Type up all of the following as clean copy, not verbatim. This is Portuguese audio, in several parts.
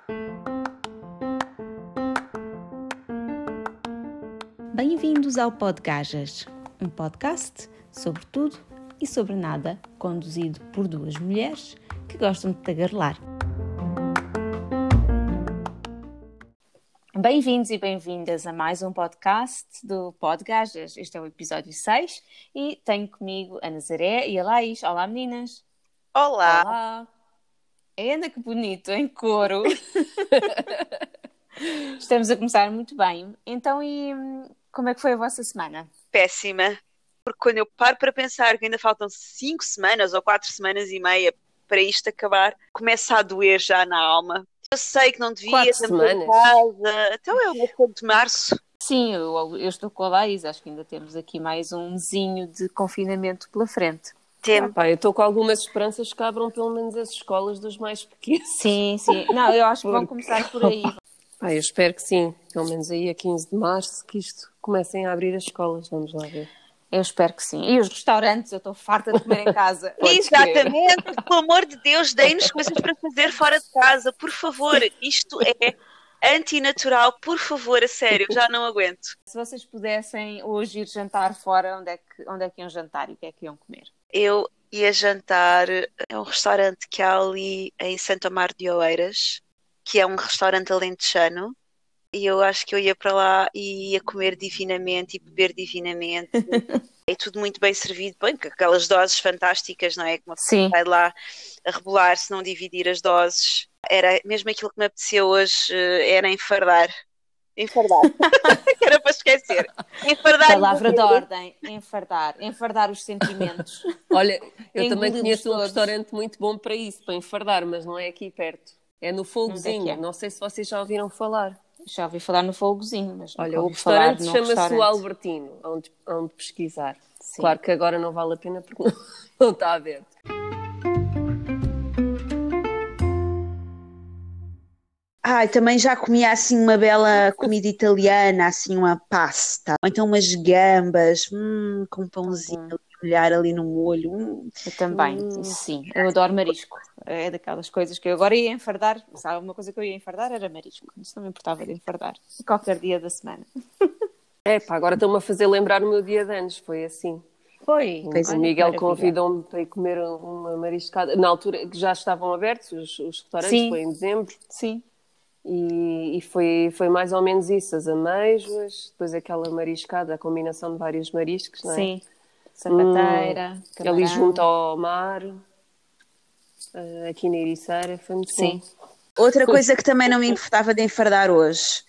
Bem-vindos ao Podgajas, um podcast sobre tudo e sobre nada, conduzido por duas mulheres que gostam de tagarelar. Bem-vindos e bem-vindas a mais um podcast do Podgajas. Este é o episódio 6 e tenho comigo a Nazaré e a Laís. Olá, meninas! Olá! Olá! Ainda que bonito, em coro! Estamos a começar muito bem. Então, e como é que foi a vossa semana? Péssima, porque quando eu paro para pensar que ainda faltam 5 semanas ou 4 semanas e meia para isto acabar, começa a doer já na alma. Eu sei que não devia, 4 estamos em semanas? casa. Então é o mês de março. Sim, eu estou com a Laís. Acho que ainda temos aqui mais um mesinho de confinamento pela frente. Eu estou com algumas esperanças que abram pelo menos as escolas dos mais pequenos. Sim. Não, eu acho que vão começar por aí. Eu espero que sim, pelo menos aí a 15 de março, que isto comecem a abrir as escolas, vamos lá ver. Eu espero que sim. E os restaurantes, eu estou farta de comer em casa. Exatamente, pelo amor de Deus, deem-nos coisas para fazer fora de casa, por favor. Isto é antinatural, por favor, a sério, já não aguento. Se vocês pudessem hoje ir jantar fora, onde é que iam jantar e o que é que iam comer? Eu ia jantar a um restaurante que há ali em Santo Amaro de Oeiras, que é um restaurante alentejano, e eu acho que eu ia para lá e ia comer divinamente e beber divinamente. É tudo muito bem servido, bem, com aquelas doses fantásticas, não é? Que uma pessoa vai lá a rebolar, se não dividir as doses. Era mesmo aquilo que me apeteceu hoje, era enfardar. Que era para esquecer. Enfardar. Palavra de ordem, enfardar os sentimentos. Olha, eu também conheço um restaurante muito bom para isso, para enfardar, mas não é aqui perto. É no Fogozinho, não sei se vocês já ouviram falar. Já ouvi falar no Fogozinho, mas olha, o restaurante chama-se o Albertino, onde pesquisar. Sim. Claro que agora não vale a pena porque não está aberto. Também já comi assim uma bela comida italiana, assim uma pasta, ou então umas gambas, com um pãozinho a molhar ali no molho. Eu também, sim, eu adoro marisco. É daquelas coisas que eu agora ia enfardar. Sabe, uma coisa que eu ia enfardar era marisco. Isso não me importava de enfardar. Qualquer dia da semana. Agora estão-me a fazer lembrar o meu dia de anos. Foi assim. Foi. O Miguel convidou-me para ir comer uma mariscada. Na altura que já estavam abertos os restaurantes, sim. Foi em dezembro. Sim. E foi mais ou menos isso. As amêijoas, depois aquela mariscada, a combinação de vários mariscos, não é? Sim. Sapateira, camarão. Ali junto ao mar. Aqui na Ericeira, foi muito bom. Outra coisa que também não me importava de enfardar hoje,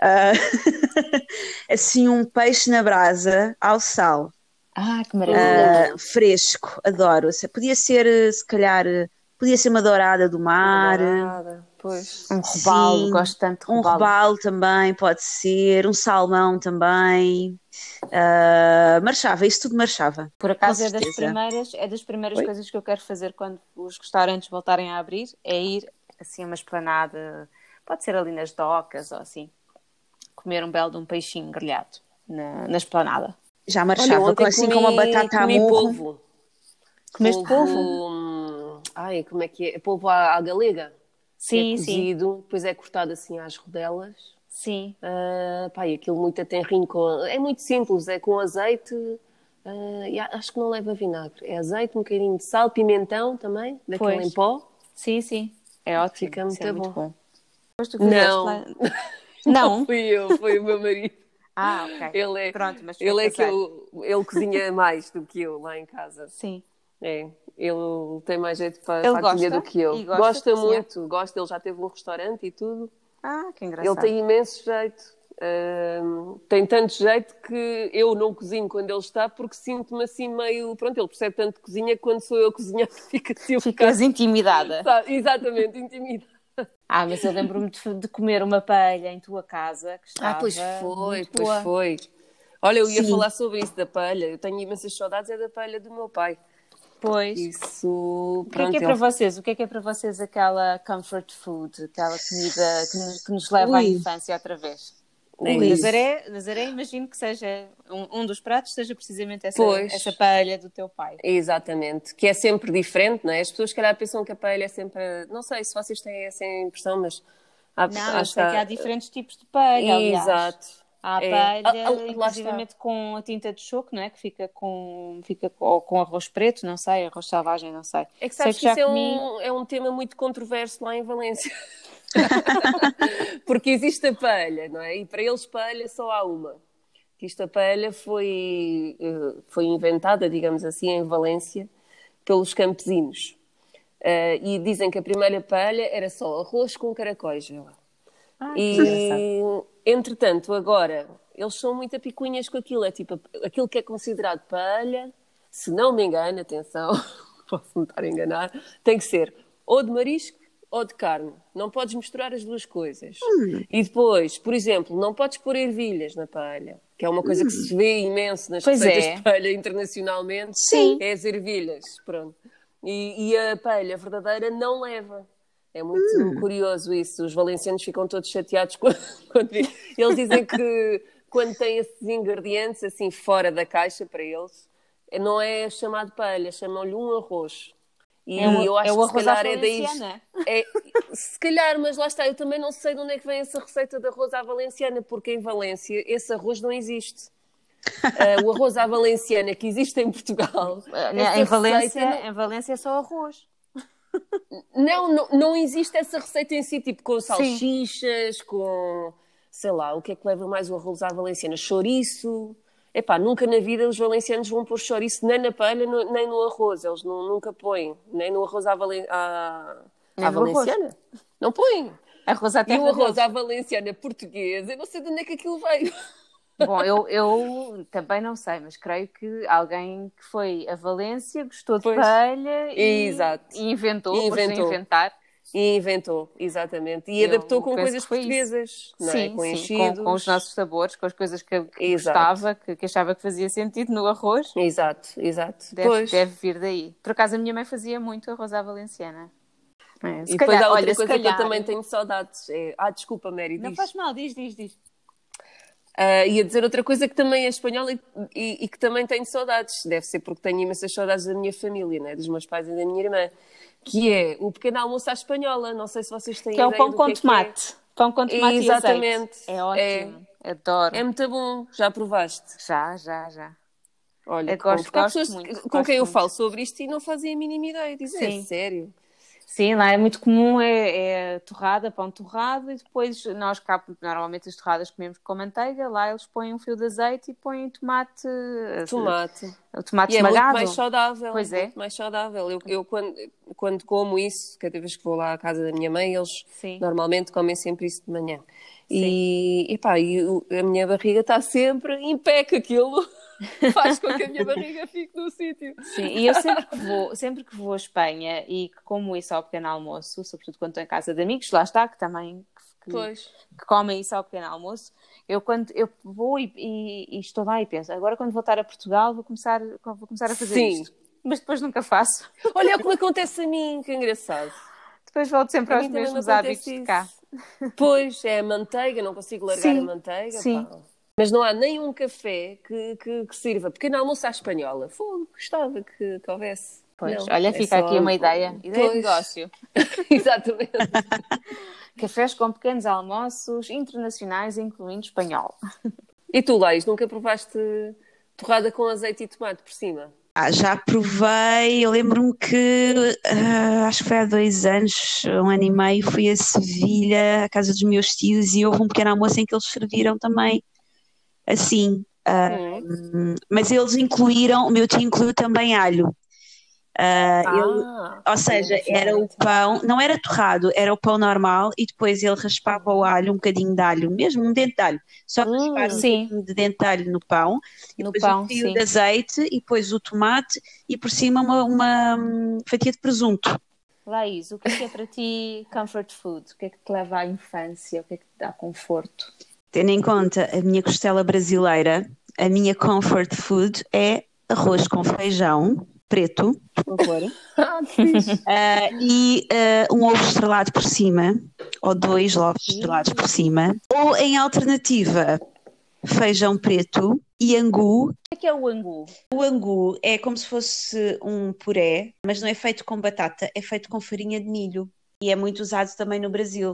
assim um peixe na brasa ao sal. Que maravilha! Fresco, adoro. Podia ser, se calhar, podia ser uma dourada do mar. Pois. Um robalo, gosto tanto de robalo. Um robalo também pode ser, um salmão também. Marchava, isso tudo marchava. Por acaso é das primeiras coisas que eu quero fazer quando os restaurantes voltarem a abrir, é ir assim a uma esplanada, pode ser ali nas docas ou assim, comer um belo de um peixinho grelhado na esplanada. Já marchava, assim com uma batata a murro. Comeste polvo? Como é que é? Polvo à galega. Sim, é cozido, depois é cortado assim às rodelas. Sim. E aquilo muito tenrinho, é muito simples, é com azeite, e acho que não leva vinagre. É azeite, um bocadinho de sal, pimentão também, daquele em pó. Sim. É ótimo. Fica muito bom. Não. Não foi o meu marido. Ok. Ele é, pronto, mas ele é que ele cozinha mais do que eu lá em casa. Sim. Ele tem mais jeito para a cozinha do que eu. Gosta muito, ele já teve um restaurante e tudo. Que engraçado. Ele tem imenso jeito. Tem tanto jeito que eu não cozinho quando ele está porque sinto-me assim meio... Pronto, ele percebe tanto de cozinha que quando sou eu a cozinhar Ficas intimidada. Exatamente, intimidada. Mas eu lembro-me de comer uma paella em tua casa que estava pois foi. Olha, eu ia falar sobre isso da paella. Eu tenho imensas saudades da paella do meu pai. Pois. Isso... O que é para vocês? O que é para vocês aquela comfort food, aquela comida que nos leva à infância outra vez? Nazaré, imagino que seja um dos pratos, seja precisamente essa paella do teu pai. Exatamente, que é sempre diferente, não é? As pessoas, se calhar, pensam que a paella é sempre... Não sei se vocês têm essa impressão, mas Não, eu sei que há diferentes tipos de palha, aliás. Exato. Há a É. palha, Lá inclusivamente com a tinta de choco, não é? Que fica com arroz preto, não sei, arroz selvagem, não sei. É que Sei sabes que que já isso comi. é um tema muito controverso lá em Valência. Porque existe a palha, não é? E para eles palha só há uma. Que esta palha foi inventada, digamos assim, em Valência, pelos campesinos. E dizem que a primeira palha era só arroz com caracóis. Vê lá. Que engraçado. E, entretanto, agora, eles são muito apicuinhas com aquilo. É tipo, aquilo que é considerado palha, se não me engano, atenção, posso-me estar a enganar, tem que ser ou de marisco ou de carne. Não podes misturar as duas coisas. E depois, por exemplo, não podes pôr ervilhas na palha, que é uma coisa que se vê imenso nas Pois receitas é. de palha internacionalmente. Sim. É as ervilhas, pronto. E a palha verdadeira não leva. É muito curioso isso. Os valencianos ficam todos chateados quando eles dizem que quando têm esses ingredientes assim fora da caixa para eles, não é chamado palha, chamam-lhe um arroz. E eu acho o que se arroz à calhar é daí. valenciana. Se calhar, mas lá está, eu também não sei de onde é que vem essa receita de arroz à valenciana, porque em Valência esse arroz não existe. O arroz à valenciana que existe em Portugal. Em Valência é só arroz. Não existe essa receita em si, tipo com Sim. salsichas, com, sei lá, o que é que leva mais o arroz à valenciana? Chouriço. Epá, nunca na vida os valencianos vão pôr chouriço nem na palha, nem no arroz. Eles nunca põem, nem no arroz à valenciana. Não põem. Arroz à E terra o arroz deles. à valenciana portuguesa, eu não sei de onde é que aquilo veio. Bom, eu também não sei, mas creio que alguém que foi a Valência gostou de Pois. palha Exato. e inventou, E pôs-se a inventou. inventar. E inventou, exatamente. E Eu adaptou com penso coisas que foi isso. portuguesas, não é? Sim, Com sim, enchidos. com os nossos sabores, com as coisas que Exato. gostava, que achava que fazia sentido no arroz. Exato. Deve vir daí. Por acaso a minha mãe fazia muito arroz à valenciana. E depois há outra coisa que eu também tenho saudades. Desculpa, Mary, Não diz. faz mal, diz. Ia dizer outra coisa que também é espanhola e que também tenho saudades. Deve ser porque tenho imensas saudades da minha família, né? Dos meus pais e da minha irmã. Que é o pequeno almoço à espanhola. Não sei se vocês têm Que é o ideia pão do com que é tomate. Pão com tomate Exatamente. e azeite. É ótimo. Adoro. É muito bom. Já provaste? Já. Olha, Gosto há pessoas muito. com quem eu muito. falo sobre isto e não fazem a mínima ideia. Dizem, Sim. sério? Sim, lá é muito comum, é torrada, pão torrado, e depois nós cá, normalmente as torradas comemos com manteiga, lá eles põem um fio de azeite e põem tomate. O tomate E é esmagado. muito mais saudável. Pois é. Muito mais saudável. Eu quando como isso, cada vez que vou lá à casa da minha mãe, eles normalmente comem sempre isso de manhã. E a minha barriga está sempre em pé que aquilo faz com que a minha barriga fique no sítio. Sim, e eu sempre que vou à Espanha e que como isso ao pequeno almoço, sobretudo quando estou em casa de amigos, lá está, que também que comem isso ao pequeno almoço, quando eu vou e estou lá e penso, agora quando voltar a Portugal vou começar a fazer isto. Mas depois nunca faço. Olha o que me acontece a mim, que engraçado. Depois volto sempre aos mesmos hábitos de cá. Pois, é a manteiga, não consigo largar a manteiga. Sim. Pá. Mas não há nem um café que sirva pequeno almoço à espanhola. Gostava que houvesse. Pois, não, olha, fica aqui uma ideia. Ideia de negócio. Exatamente. Cafés com pequenos almoços internacionais, incluindo espanhol. E tu, Laís, nunca provaste torrada com azeite e tomate por cima? Já provei, eu lembro-me que acho que foi há 2 anos, 1 ano e meio, fui a Sevilha, à casa dos meus tios, e houve um pequeno almoço em que eles serviram também assim. Mas eles o meu tio incluiu também alho. Ou seja, era o pão, não era torrado, era o pão normal e depois ele raspava o alho, um bocadinho de alho, mesmo um dente de alho, só raspar um bocadinho de dente de alho no pão, e depois um fio de azeite e depois o tomate e por cima uma fatia de presunto. Laís, o que é para ti comfort food? O que é que te leva à infância? O que é que te dá conforto? Tendo em conta a minha costela brasileira, a minha comfort food é arroz com feijão preto, por favor, e um ovo estrelado por cima, ou 2 ovos estrelados por cima, ou em alternativa, feijão preto e angu. O que é o angu? O angu é como se fosse um puré, mas não é feito com batata, é feito com farinha de milho e é muito usado também no Brasil.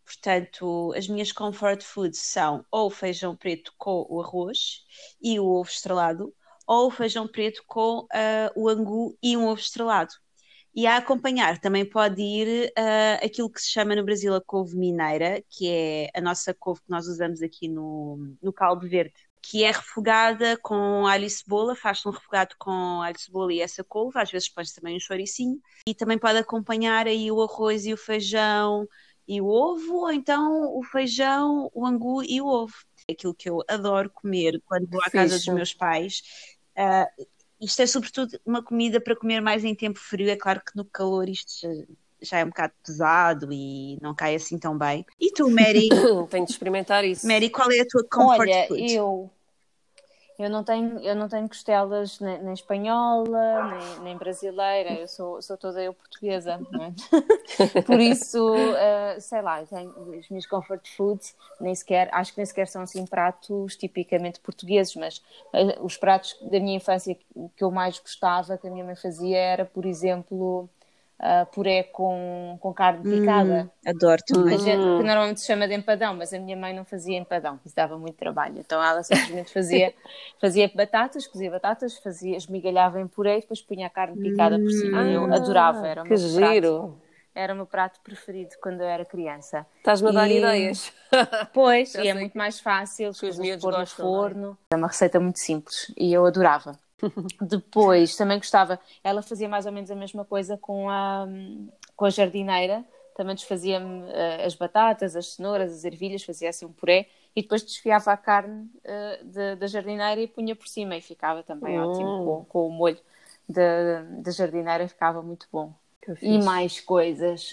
Portanto, as minhas comfort foods são ou o feijão preto com o arroz e o ovo estrelado, ou o feijão preto com o angu e um ovo estrelado. E a acompanhar também pode ir aquilo que se chama no Brasil a couve mineira, que é a nossa couve que nós usamos aqui no caldo verde, que é refogada com alho e cebola, faz-se um refogado com alho e cebola e essa couve, às vezes põe-se também um chouricinho, e também pode acompanhar aí o arroz e o feijão e o ovo, ou então o feijão, o angu e o ovo. Aquilo que eu adoro comer quando vou à casa dos meus pais. Isto é sobretudo uma comida para comer mais em tempo frio. É claro que no calor isto já é um bocado pesado e não cai assim tão bem. E tu, Mary? Tenho de experimentar isso. Mary, qual é a tua comfort food? Olha, eu não tenho costelas nem espanhola, nem brasileira, eu sou toda eu portuguesa, não é? Por isso, sei lá, as minhas comfort foods acho que nem sequer são assim pratos tipicamente portugueses, mas os pratos da minha infância que eu mais gostava, que a minha mãe fazia, era, por exemplo, puré com carne picada. Adoro também. Que normalmente se chama de empadão, mas a minha mãe não fazia empadão, isso dava muito trabalho. Então ela simplesmente fazia batatas, cozia batatas, esmigalhava em puré e depois punha a carne picada por cima. Eu adorava, era o meu giro. Era o meu prato preferido quando eu era criança. Estás-me a dar ideias. Pois, e é muito mais fácil, que os miúdos pôr no gostam, forno. É uma receita muito simples e eu adorava. Depois também gostava, ela fazia mais ou menos a mesma coisa com a jardineira, também desfazia-me as batatas, as cenouras, as ervilhas, fazia assim um puré e depois desfiava a carne da jardineira e punha por cima e ficava também ótimo com o molho da jardineira, ficava muito bom. E mais coisas,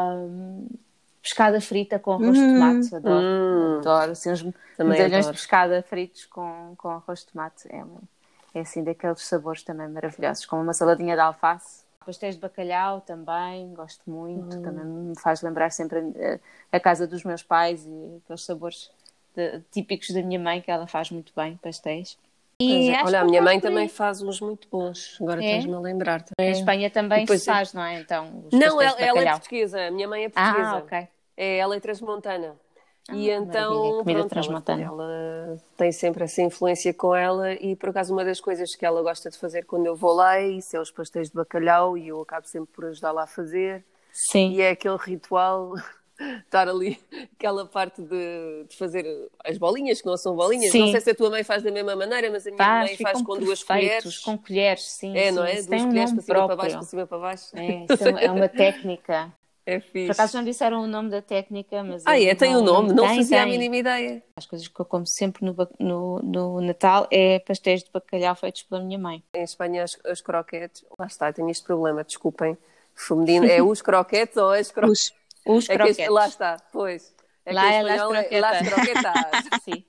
pescada frita com arroz de tomate, adoro assim, uns medalhões de pescada fritos com arroz de tomate, é assim daqueles sabores também maravilhosos, com uma saladinha de alface. Pastéis de bacalhau também, gosto muito, também me faz lembrar sempre a casa dos meus pais e aqueles sabores típicos da minha mãe, que ela faz muito bem, pastéis. E olha, a minha mãe também faz uns muito bons, agora estás-me a lembrar. Em Espanha também se faz, não é? Então, não, ela é portuguesa, a minha mãe é portuguesa. Ok. Ela é transmontana. E então, pronto, ela tem sempre essa influência com ela e, por acaso, uma das coisas que ela gosta de fazer quando eu vou lá é isso, é os pastéis de bacalhau e eu acabo sempre por ajudar-la a fazer. Sim. E é aquele ritual, estar ali, aquela parte de fazer as bolinhas, que não são bolinhas. Sim. Não sei se a tua mãe faz da mesma maneira, mas a minha mãe faz com duas colheres. Com colheres, sim. É, não é? Duas colheres para cima, para baixo, para cima, para baixo. É uma técnica. É fixe. Por acaso não disseram o nome da técnica, mas... tem o nome? Não fazia a mínima ideia. As coisas que eu como sempre no Natal é pastéis de bacalhau feitos pela minha mãe. Em Espanha as croquetes... Lá está, tenho este problema, desculpem. Feminino, é os croquetes ou as croquetes? Os croquetes. Lá está, pois. Lá é las croquetas. Sim.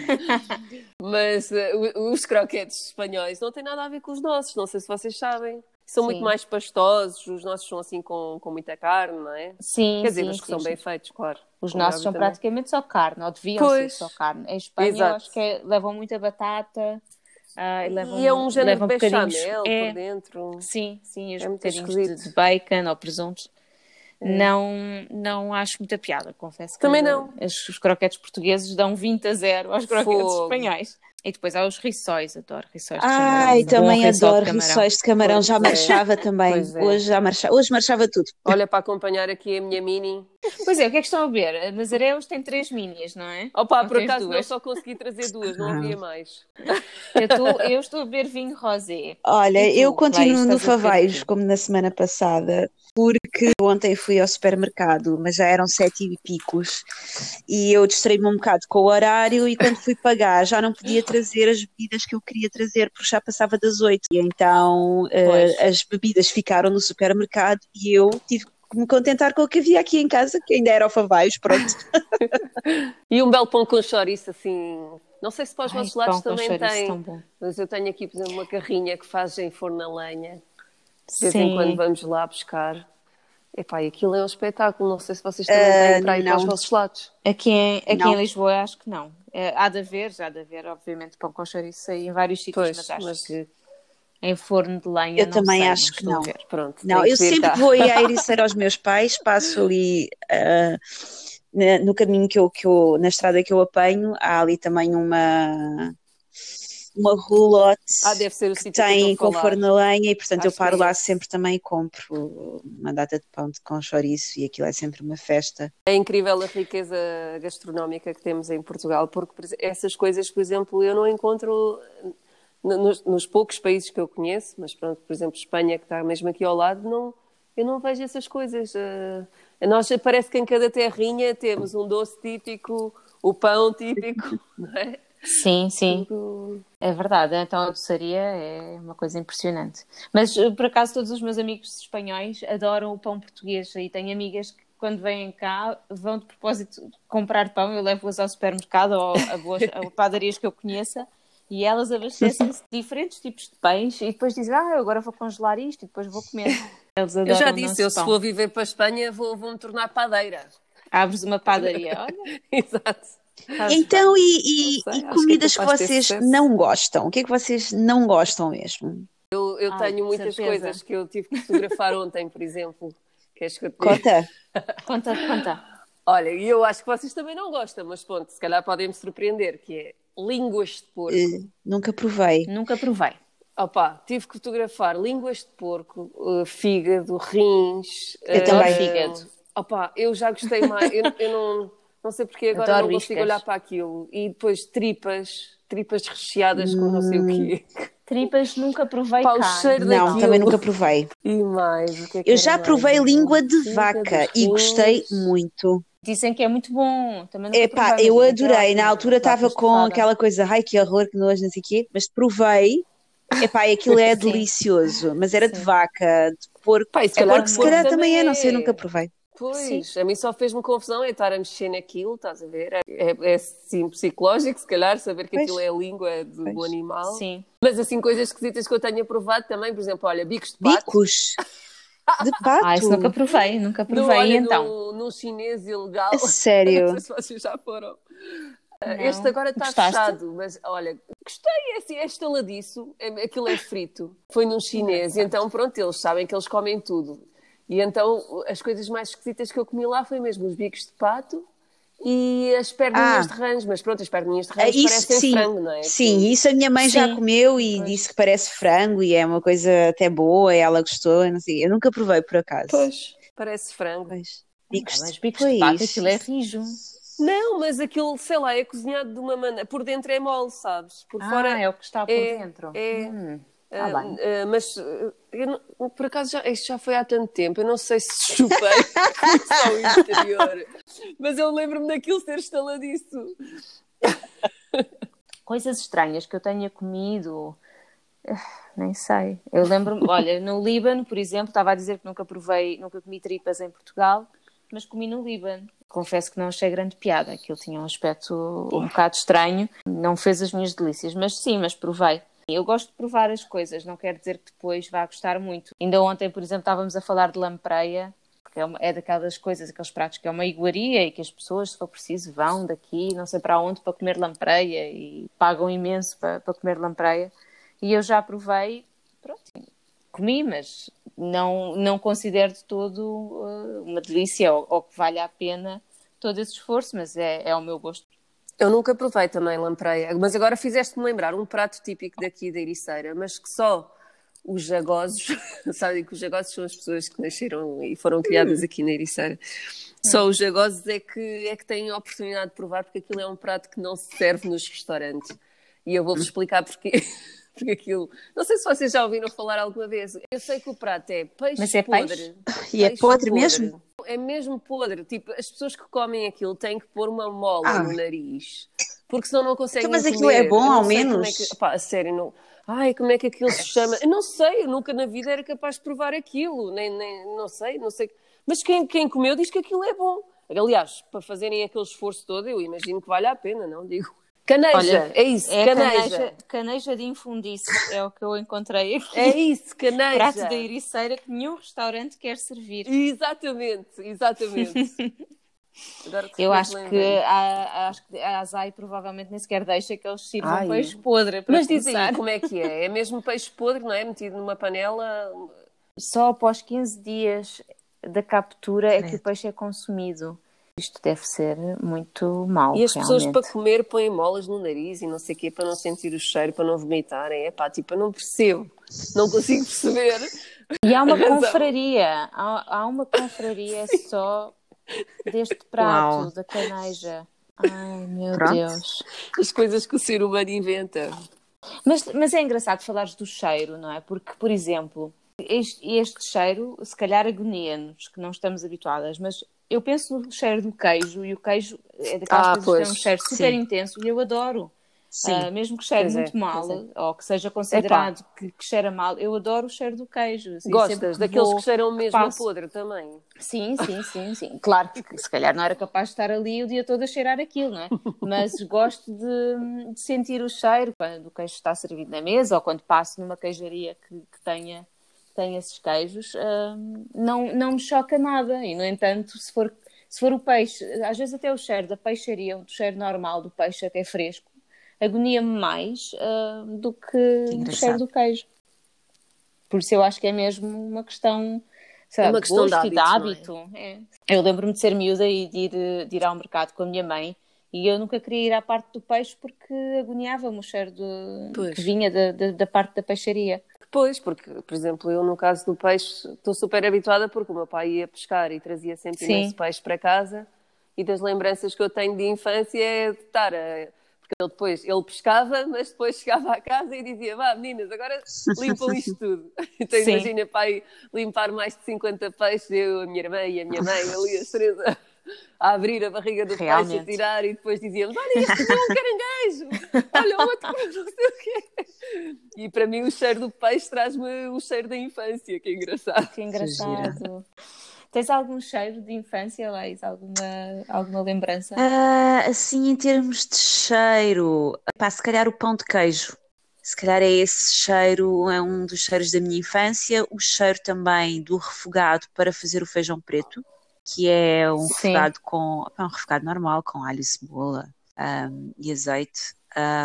Mas os croquetes espanhóis não têm nada a ver com os nossos, não sei se vocês sabem. São muito mais pastosos, os nossos são assim com muita carne, não é? Sim, quer dizer, os que são bem feitos, claro. Os nossos são praticamente só carne, ou deviam ser só carne. Em Espanha eu acho que levam muita batata. E é um género de bechamel por dentro. Sim, os bocadinhos de bacon ou presunto. Não acho muita piada, confesso que também não. Os croquetes portugueses dão 20-0 aos croquetes espanhóis. E depois há os rissóis, adoro rissóis de camarão. Também adoro rissóis de camarão, já marchava também. Hoje marchava tudo. Olha, para acompanhar aqui a minha mini. Pois é, o que é que estão a ver? A Nazaré hoje tem 3 minis, não é? Por acaso não só consegui trazer 2, não havia mais. Eu estou a beber vinho rosé. Olha, eu continuo no Favaios, como na semana passada, porque ontem fui ao supermercado, mas já eram 7 e picos, e eu distraí-me um bocado com o horário e quando fui pagar já não podia trazer as bebidas que eu queria trazer porque já passava das 8. E então as bebidas ficaram no supermercado e eu tive que me contentar com o que havia aqui em casa, que ainda era o Favaios, pronto. E um belo pão com chouriço, assim... Não sei se para os vossos lados também tem, mas eu tenho aqui, por exemplo, uma carrinha que faz em forno a lenha. De vez em quando vamos lá buscar. Epá, e aquilo é um espetáculo. Não sei se vocês também têm para ir para os vossos lados. Aqui em Lisboa acho que não. Há de haver, obviamente, pão com chouriço aí em vários sítios, mas acho que em forno de lenha eu também acho que não. Pronto, não, eu sempre que vou ir à Ericeira aos meus pais, passo ali no caminho na estrada que eu apanho, há ali também uma roulotte Deve ser o que sítio que eu tem estou a com falar. forno a lenha e, portanto, eu Acho que paro é lá esse. sempre também e compro uma data de pão com chouriço e aquilo é sempre uma festa. É incrível a riqueza gastronómica que temos em Portugal, porque essas coisas, por exemplo, eu não encontro nos poucos países que eu conheço, mas pronto, por exemplo, Espanha, que está mesmo aqui ao lado, eu não vejo essas coisas. Nós parece que em cada terrinha temos um doce típico, o pão típico, não é? Sim, sim. Tudo... É verdade, então a doçaria é uma coisa impressionante. Mas por acaso todos os meus amigos espanhóis adoram o pão português e tenho amigas que quando vêm cá vão de propósito comprar pão, eu levo-as ao supermercado ou a padarias que eu conheça e elas abastecem-se de diferentes tipos de pães e depois dizem, eu agora vou congelar isto e depois vou comer. Eles Eu já adoram o disse, nosso eu se pão. for viver para a Espanha vou-me tornar padeira. Abres uma padaria, olha, Exato. fazes Então, bem. e Não sei, acho que é comidas que capaz de ter vocês sucesso. não gostam? O que é que vocês não gostam mesmo? Eu Ai, tenho muitas certeza. coisas que eu tive que fotografar ontem, por exemplo. Queres que eu te Conta. Conta. Olha, e eu acho que vocês também não gostam, mas pronto, se calhar podem-me surpreender, que é línguas de porco. Nunca provei. Nunca provei. Opa, tive que fotografar línguas de porco, fígado, rins. Eu também. Fígado. Opa, eu já gostei mais. Eu não sei porque agora Adoro não consigo iscas. olhar para aquilo. E depois tripas recheadas com não sei o quê. Tripas nunca provei Pá, o cá. cheiro Não, daquilo. também nunca provei. E mais, o que é que Eu era já mais? provei língua de Fígado, vaca e rins. gostei muito. Dizem que é muito bom. Também nunca Epá, provei, mas eu dizem que é adorei. Na ótimo. altura Vaca estava com estufada. aquela coisa, ai que horror, que nojo, não sei o quê, mas provei. Epá, e aquilo é Sim. delicioso, mas era de Sim. vaca, de porco. Pá, e se É calhar porco, de se porco calhar também também é, não sei, é. nunca provei. Pois, a mim só fez-me confusão é estar a mexer naquilo, estás a ver? É sim psicológico, se calhar, saber que aquilo Pois, é a língua do pois. animal. Sim. Mas assim, coisas esquisitas que eu tenha provado também, por exemplo, olha, bicos de pato. Bicos de Isso nunca pato. provei. Nunca provei. Olha, E então? num chinês ilegal. A sério. Não sei se vocês já foram. Este Não. agora está Gostaste? fechado, mas olha, gostei, é assim, é estaladiço, aquilo é frito. Foi num chinês, e então pronto, eles sabem que eles comem tudo. E então as coisas mais esquisitas que eu comi lá foi mesmo os bicos de pato e as perninhas de rãs, mas pronto, as perninhas de rãs Isso parecem sim, frango, não é? sim, isso a minha mãe já Sim. comeu e Pois. disse que parece frango e é uma coisa até boa, e ela gostou, não sei. Eu nunca provei por acaso. Pois, parece frango. Pois. Mas bicos de pato, aquilo é rijo. Não, mas aquilo, sei lá, é cozinhado de uma maneira. Por dentro é mole, sabes? Por fora É o que está por dentro. Tá bem. mas eu não- por acaso isto já foi há tanto tempo, eu não sei se chupei só o interior, mas eu lembro-me daquilo ser estaladiço. Coisas estranhas que eu tenha comido, nem sei. Eu lembro-me, olha, no Líbano, por exemplo, estava a dizer que nunca comi tripas em Portugal, mas comi no Líbano. Confesso que não achei grande piada, aquilo tinha um aspecto um bocado estranho, não fez as minhas delícias, mas sim, mas provei. Eu gosto de provar as coisas, não quer dizer que depois vá gostar muito. Ainda ontem, por exemplo, estávamos a falar de lampreia, porque é daquelas coisas, aqueles pratos que é uma iguaria e que as pessoas, se for preciso, vão daqui, não sei para onde, para comer lampreia e pagam imenso para comer lampreia. E eu já provei, pronto, comi, mas não considero de todo uma delícia ou que valha a pena todo esse esforço, mas é o meu gosto. Eu nunca provei também lampreia, mas agora fizeste-me lembrar um prato típico daqui da Ericeira, mas que só os jagosos, sabem que os jagosos são as pessoas que nasceram e foram criadas aqui na Ericeira. Só os jagosos é que têm a oportunidade de provar, porque aquilo é um prato que não se serve nos restaurantes. E eu vou-vos explicar porquê. Porque aquilo... Não sei se vocês já ouviram falar alguma vez. Eu sei que o prato é peixe Mas é podre. peixe? E é podre mesmo? É mesmo podre. Tipo, as pessoas que comem aquilo têm que pôr uma mola no nariz. Porque senão não conseguem Então, mas comer. aquilo é bom, Eu não ao sei menos? como é que... Pá, a sério, não... Ai, como é que aquilo se chama? Eu não sei, eu nunca na vida era capaz de provar aquilo. Não sei. Mas quem comeu diz que aquilo é bom. Aliás, para fazerem aquele esforço todo, eu imagino que vale a pena, não digo? Caneja, Olha, é isso, caneja. Caneja de infundice é o que eu encontrei aqui. É isso, caneja. Prato da Ericeira que nenhum restaurante quer servir. Exatamente. Eu acho que a Azai provavelmente nem sequer deixa que eles sirvam peixe podre. Mas dizem como é que é? É mesmo peixe podre, não é? Metido numa panela? Só após 15 dias da captura é que o peixe é consumido. Isto deve ser muito mau, E as pessoas realmente. para comer põem molas no nariz e não sei o quê, para não sentir o cheiro, para não vomitarem. Epá, tipo, eu não percebo. Não consigo perceber E há a uma razão. confraria, há uma confraria só deste Uau. prato, da caneja. Ai, meu Pronto. Deus. As coisas que o ser humano inventa. Mas é engraçado falares do cheiro, não é? Porque, por exemplo, este cheiro, se calhar agonia-nos, que não estamos habituadas, mas eu penso no cheiro do queijo, e o queijo é daquelas coisas que tem um Pois, cheiro super sim. intenso, e eu adoro. Sim. Mesmo que cheire Pois é, muito mal, pois é. ou que seja Epá, considerado que cheira mal, eu adoro o cheiro do queijo. Assim, sempre gostas que daqueles que vou, cheiram que mesmo a passo. podre também. Sim, sim, sim, sim. Claro que se calhar não era capaz de estar ali o dia todo a cheirar aquilo, não é? Mas gosto de sentir o cheiro quando o queijo está servido na mesa ou quando passo numa queijaria que tenha esses queijos. Não me choca nada. E, no entanto, se for o peixe, às vezes até o cheiro da peixaria, o cheiro normal do peixe até fresco, agonia-me mais do que Que o cheiro engraçado. do queijo. Por isso eu acho que é mesmo uma questão, sei É lá, uma de questão de gosto e de hábitos, não é? hábito. É. Eu lembro-me de ser miúda e de ir ao mercado com a minha mãe e eu nunca queria ir à parte do peixe porque agoniava-me o cheiro que Pois. vinha da parte da peixaria. Pois, porque, por exemplo, eu no caso do peixe estou super habituada porque o meu pai ia pescar e trazia sempre imenso Sim, peixe para casa e das lembranças que eu tenho de infância é de estar a... Porque ele pescava, mas depois chegava à casa e dizia, vá meninas, agora limpam isto tudo. Então sim, imagina pai limpar mais de 50 peixes, eu, a minha irmã e a minha mãe, ali as três a abrir a barriga do peixe, a realmente. tirar e depois dizíamos, olha este comeu um caranguejo, olha o outro comeu não sei o quê. E para mim o cheiro do peixe traz-me o cheiro da infância, que é engraçado. Que Que gira. engraçado. Tens algum cheiro de infância, Leis? Alguma lembrança? Assim, em termos de cheiro, pá, se calhar o pão de queijo. Se calhar é esse cheiro, é um dos cheiros da minha infância. O cheiro também do refogado para fazer o feijão preto, que é um Sim, refogado um refogado normal, com alho e cebola, e azeite.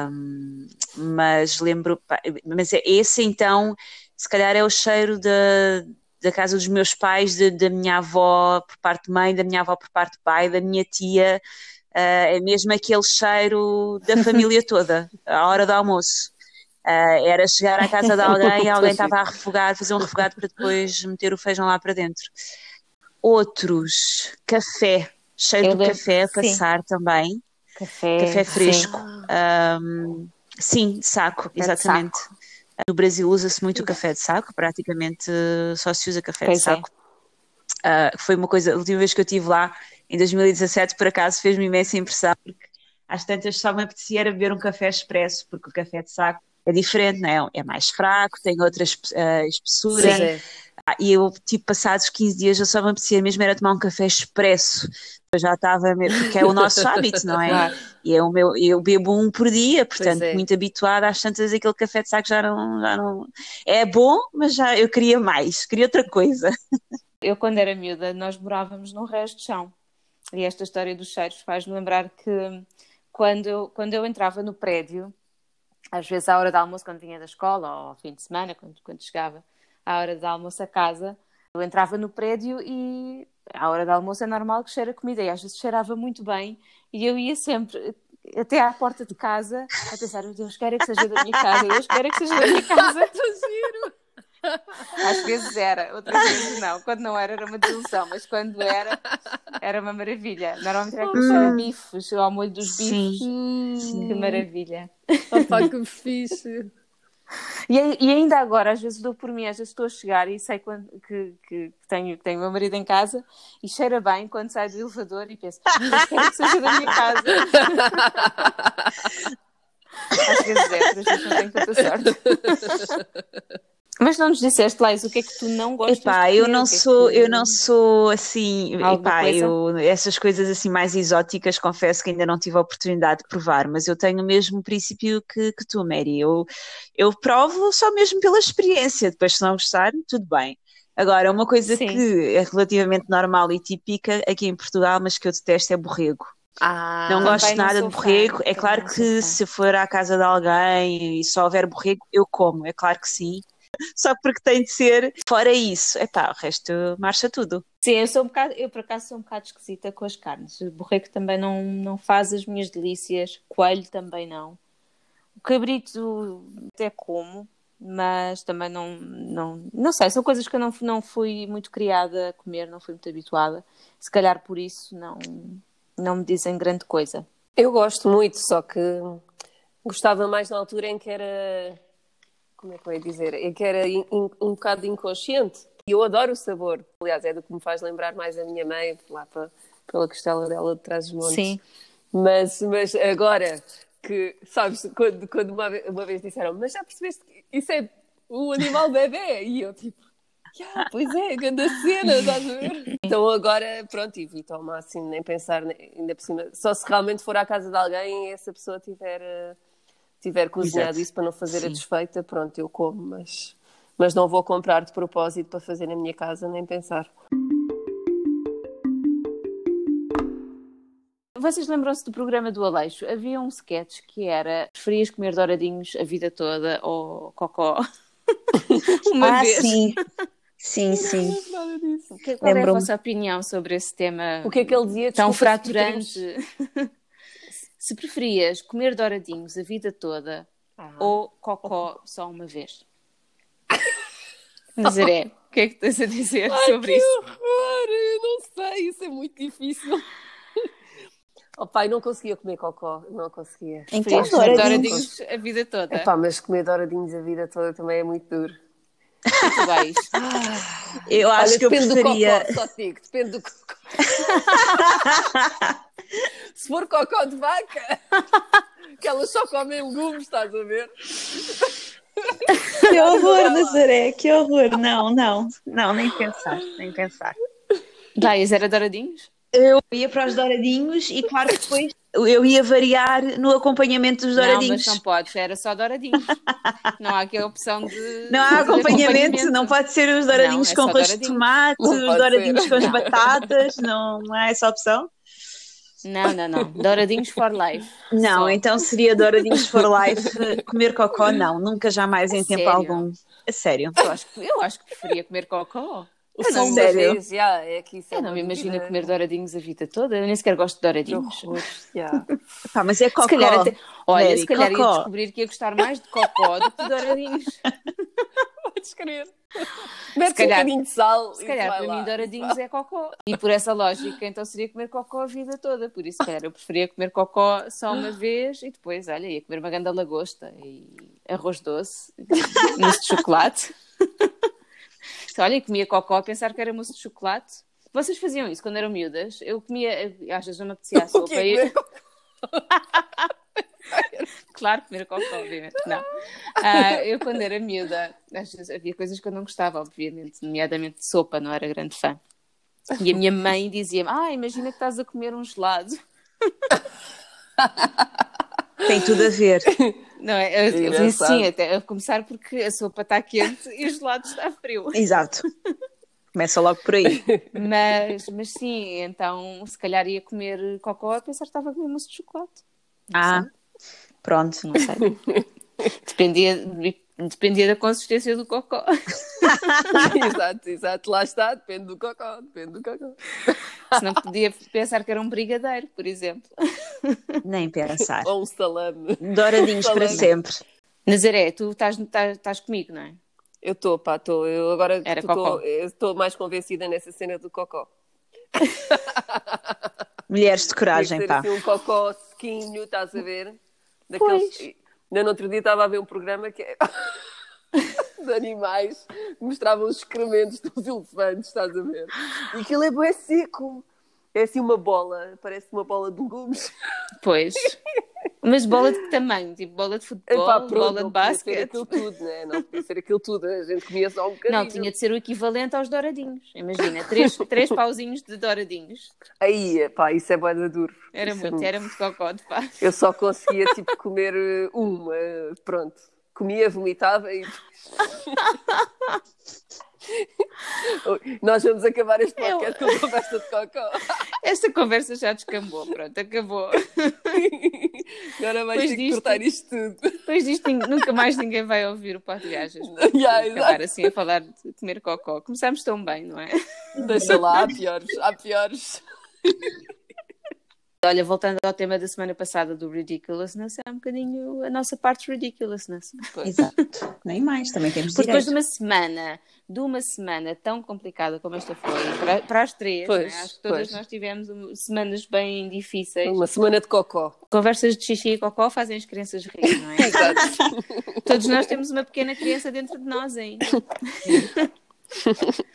Mas lembro, pá, mas esse então, se calhar é o cheiro da casa dos meus pais, da minha avó por parte de mãe, da minha avó por parte de pai, da minha tia. É mesmo aquele cheiro da família toda, à hora do almoço. Era chegar à casa de alguém e alguém Pois sim. estava a refogar, fazer um refogado para depois meter o feijão lá para dentro. Outros, café, cheiro eu do lembro. café a Sim, passar também, café café, sim. fresco. Sim, de saco, Café de exatamente. saco. No Brasil usa-se muito o Exato. café de saco, praticamente só se usa café de Pois é. saco. Foi uma coisa, a última vez que eu estive lá, em 2017, por acaso, fez-me imensa impressão, porque às tantas só me apetecia era beber um café expresso, porque o café de saco é diferente, não é? É mais fraco, tem outra espessura. Pois Sim, é. E eu, tipo, passados 15 dias, eu só me apetecia mesmo era tomar um café expresso. Eu já estava, porque é o nosso hábito, não é? claro. E é eu bebo um por dia, Pois portanto, é. muito habituada, às tantas aquele café de saco já não... É bom, mas já eu queria mais, queria outra coisa. Eu, quando era miúda, nós morávamos num resto de chão. E esta história dos cheiros faz-me lembrar que quando eu entrava no prédio, às vezes à hora de almoço, quando vinha da escola, ou ao fim de semana, quando chegava à hora de almoço a casa, eu entrava no prédio e à hora de almoço é normal que cheira comida. E às vezes cheirava muito bem. E eu ia sempre até à porta de casa a pensar, oh, Deus, quero é que seja da minha casa, Deus, quero é que seja da minha casa. Que giro! Às vezes era, outras vezes não. Quando não era uma desilusão, mas quando era uma maravilha. Normalmente era aquele cheiro a Opa! bifes, ao molho dos bifes. Sim, Que sim. maravilha. Opa, que fixe! E ainda agora, às vezes dou por mim, às vezes estou a chegar e sei que tenho o meu marido em casa e cheira bem quando saio do elevador e penso, Deus, quero que seja da minha casa. Às vezes outras vezes não tenho tanta sorte. Mas não nos disseste, Lais, o que é que tu não gostas Epá, de eu comer? não O que é sou, eu que... não sou assim, Alguma epá, coisa? essas coisas assim mais exóticas, confesso que ainda não tive a oportunidade de provar, mas eu tenho o mesmo princípio que tu, Mary. Eu provo só mesmo pela experiência, depois se não gostar, tudo bem. Agora, uma coisa Sim. que é relativamente normal e típica aqui em Portugal, mas que eu detesto é borrego. Não Ah, gosto Também não nada de sou fã. borrego. É Também claro não sou que fã. se for à casa de alguém e só houver borrego, eu como, é claro que sim. só porque tem de ser. Fora isso, epá, o resto marcha tudo. Sim, eu por acaso sou um bocado esquisita com as carnes. O borrego também não faz as minhas delícias, coelho também não. O cabrito até como, mas também não sei, são coisas que eu não fui muito criada a comer, não fui muito habituada. Se calhar por isso não me dizem grande coisa. Eu gosto muito, só que gostava mais na altura em que era, como é que eu ia dizer, em que era um bocado inconsciente. E eu adoro o sabor. Aliás, é do que me faz lembrar mais a minha mãe, lá pela costela dela de Trás-os-Montes. Sim. Mas agora que, sabes, quando uma vez disseram, mas já percebeste que isso é um animal bebê? E eu tipo, pois é, grande cena, estás a ver? Então agora, pronto, evito ao máximo nem pensar, ainda por cima, só se realmente for à casa de alguém e essa pessoa tiver cozinhado Exato. isso para não fazer a Sim. desfeita, pronto, eu como, mas não vou comprar de propósito para fazer na minha casa, nem pensar. Vocês lembram-se do programa do Aleixo? Havia um sketch que era: preferias comer douradinhos a vida toda ou cocó uma vez? Sim. Sim. Nada disso. Qual é a Lembro-me. vossa opinião sobre esse tema O que é que ele dizia? tão Desculpa, fraturante? Se preferias comer douradinhos a vida toda ou cocó só uma vez? Nazaré, o que é que tens a dizer sobre que isso? horror! Eu não sei, isso é muito difícil. Oh pai, não conseguia comer cocó, não conseguia. Então, Preferias comer douradinhos. douradinhos a vida toda? Epá, mas comer douradinhos a vida toda também é muito duro. Muito bem. Eu acho Olha, que eu depende preferia. do cocó, só te digo, depende do cocó. Se for cocó de vaca, que elas só comem legumes, estás a ver? Que horror, Nazaré, que horror. Não, nem pensar. Daias, era douradinhos? Eu ia para os douradinhos e claro que depois eu ia variar no acompanhamento dos Não, douradinhos. mas não podes, era só douradinhos. Não há aqui a opção de... Não há acompanhamento, não pode ser os douradinhos Não, é com só rosto de douradinhos. tomate, Não os pode douradinhos ser. com as Não. batatas, não há essa opção? Não. Douradinhos for life. Não, Só. então seria douradinhos for life, comer cocó, não, nunca jamais em tempo sério? algum. A sério. Eu acho que preferia comer cocó. Só uma Sério? vez, é que isso é Eu não uma me imagino dúvida. comer douradinhos a vida toda. Eu nem sequer gosto de Que douradinhos. horror, Pá, mas é cocó. Se calhar até... Olha, Mary, se calhar ia cocó. descobrir que ia gostar mais de cocó do que de douradinhos. Podes crer. Mete um calhar- bocadinho de sal Se e calhar vai para lá. mim douradinhos é cocó. E por essa lógica, então seria comer cocó a vida toda. Por isso, se calhar, eu preferia comer cocó só uma vez e depois, olha, ia comer uma ganda lagosta e arroz doce, mousse de chocolate. Olha, comia cocó a pensar que era mousse de chocolate. Vocês faziam isso quando eram miúdas? Eu comia, às vezes não me apetecia a O sopa. que é e- comer cocó? Claro, comer cocó, obviamente. Não. Eu, quando era miúda, às vezes havia coisas que eu não gostava, obviamente, nomeadamente de sopa, não era grande fã. E a minha mãe dizia-me: imagina que estás a comer um gelado. Tem tudo a ver. Não é? Eu disse Engraçado. sim, até a começar porque a sopa está quente e o gelado está frio. Exato. Começa logo por aí. Mas sim, então se calhar ia comer cocó a pensar que estava a comer mousse de chocolate. Pronto. Não sei. Dependia da consistência do cocó. Exato, lá está, depende do cocó. Se não podia pensar que era um brigadeiro, por exemplo. Nem pensar. Ou um salame. Douradinhos para sempre. Nazaré, tu estás comigo, não é? Eu estou. Eu agora Era cocó. estou mais convencida nessa cena do cocó. Mulheres de Tem que coragem, ser pá. assim um cocó sequinho, estás a ver? Daqueles... Ainda no outro dia estava a ver um programa que é de animais que mostravam os excrementos dos elefantes, estás a ver? E aquilo é bué seco. É assim uma bola, parece uma bola de legumes. Pois. Mas bola de que tamanho? Tipo bola de futebol, Epá, pronto, bola de não podia ser basquete? aquilo tudo, né? Não podia ser aquilo tudo. A gente comia só um bocadinho. Não, tinha de ser o equivalente aos douradinhos. Imagina, três pauzinhos de douradinhos. Aí, pá, isso é bué de duro. Era Isso é muito cocó, de pá. Eu só conseguia, tipo, comer uma. Pronto. Comia, vomitava e... Nós vamos acabar este podcast com conversa de cocó. Esta conversa já descambou, pronto, acabou. Agora vais Depois ter que disto- cortar isto tudo. Depois disto, nunca mais ninguém vai ouvir o Pato de Gajas. Yeah, Acabar assim a falar de comer cocó. Começámos tão bem, não é? Deixa lá, há piores, há piores. Olha, voltando ao tema da semana passada do ridiculousness, é um bocadinho a nossa parte ridiculousness. Exato. Nem mais, também temos Porque depois direito. de uma semana tão complicada como esta foi, para as três, Pois, né? Acho que todas pois. nós tivemos semanas bem difíceis. Uma semana de cocó. Conversas de xixi e cocó fazem as crianças rir, não é? Exato. Todos nós temos uma pequena criança dentro de nós ainda.